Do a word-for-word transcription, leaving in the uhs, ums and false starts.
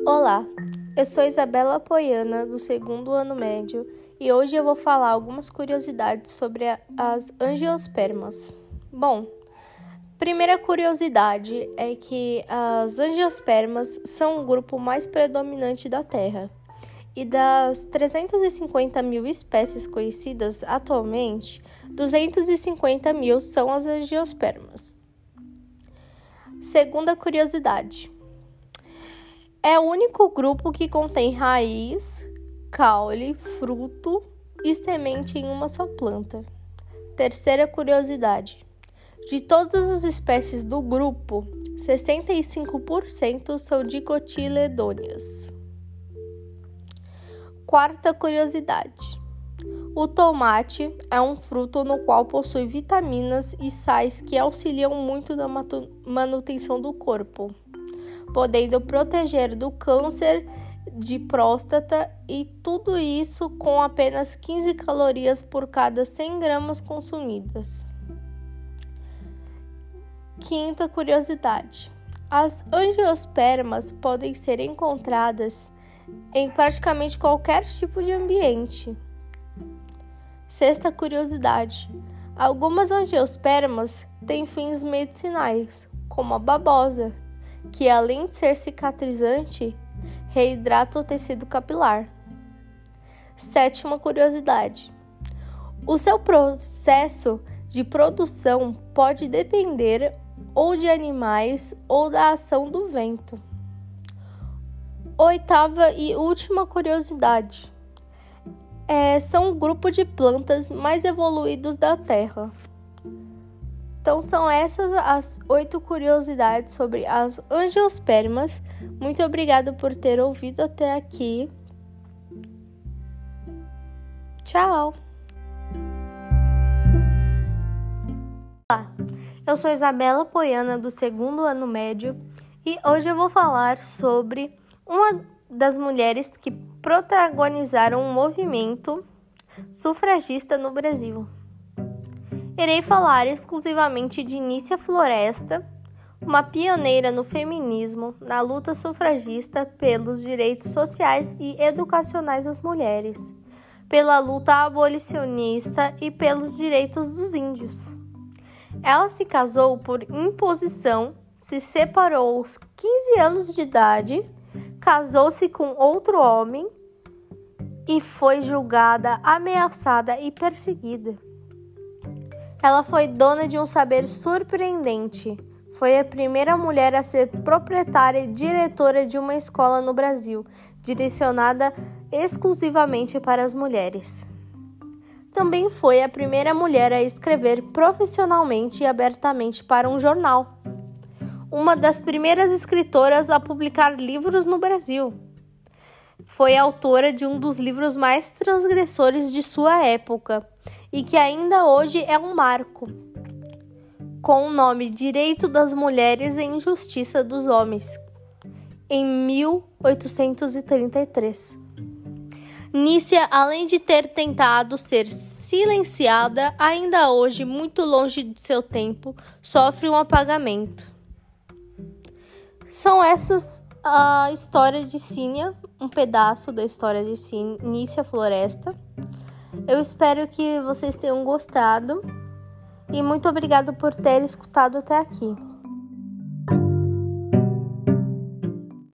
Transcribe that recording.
Olá, eu sou Isabela Poiana, do segundo ano médio, e hoje eu vou falar algumas curiosidades sobre a, as angiospermas. Bom, primeira curiosidade é que as angiospermas são o grupo mais predominante da Terra. E das trezentas e cinquenta mil espécies conhecidas atualmente, duzentas e cinquenta mil são as angiospermas. Segunda curiosidade. É o único grupo que contém raiz, caule, fruto e semente em uma só planta. Terceira curiosidade. De todas as espécies do grupo, sessenta e cinco por cento são dicotiledôneas. Quarta curiosidade. O tomate é um fruto no qual possui vitaminas e sais que auxiliam muito na manutenção do corpo, podendo proteger do câncer de próstata, e tudo isso com apenas quinze calorias por cada cem gramas consumidas. Quinta curiosidade. As angiospermas podem ser encontradas em praticamente qualquer tipo de ambiente. Sexta curiosidade. Algumas angiospermas têm fins medicinais, como a babosa, que além de ser cicatrizante, reidrata o tecido capilar. Sétima curiosidade. O seu processo de produção pode depender ou de animais ou da ação do vento. Oitava e última curiosidade. É, são o grupo de plantas mais evoluídos da Terra. Então, são essas as oito curiosidades sobre as angiospermas. Muito obrigada por ter ouvido até aqui. Tchau! Olá, eu sou Isabela Poiana, do segundo ano médio, e hoje eu vou falar sobre uma das mulheres que protagonizaram um movimento sufragista no Brasil. Irei falar exclusivamente de Nícia Floresta, uma pioneira no feminismo, na luta sufragista pelos direitos sociais e educacionais das mulheres, pela luta abolicionista e pelos direitos dos índios. Ela se casou por imposição, se separou aos quinze anos de idade, casou-se com outro homem e foi julgada, ameaçada e perseguida. Ela foi dona de um saber surpreendente. Foi a primeira mulher a ser proprietária e diretora de uma escola no Brasil, direcionada exclusivamente para as mulheres. Também foi a primeira mulher a escrever profissionalmente e abertamente para um jornal. Uma das primeiras escritoras a publicar livros no Brasil. Foi autora de um dos livros mais transgressores de sua época e que ainda hoje é um marco, com o nome Direito das Mulheres e Injustiça dos Homens, em mil oitocentos e trinta e três. Nícia, além de ter tentado ser silenciada, ainda hoje, muito longe de seu tempo, sofre um apagamento. São essas a história de Sínia, um pedaço da história de Nícia Floresta. Eu espero que vocês tenham gostado e muito obrigada por ter escutado até aqui.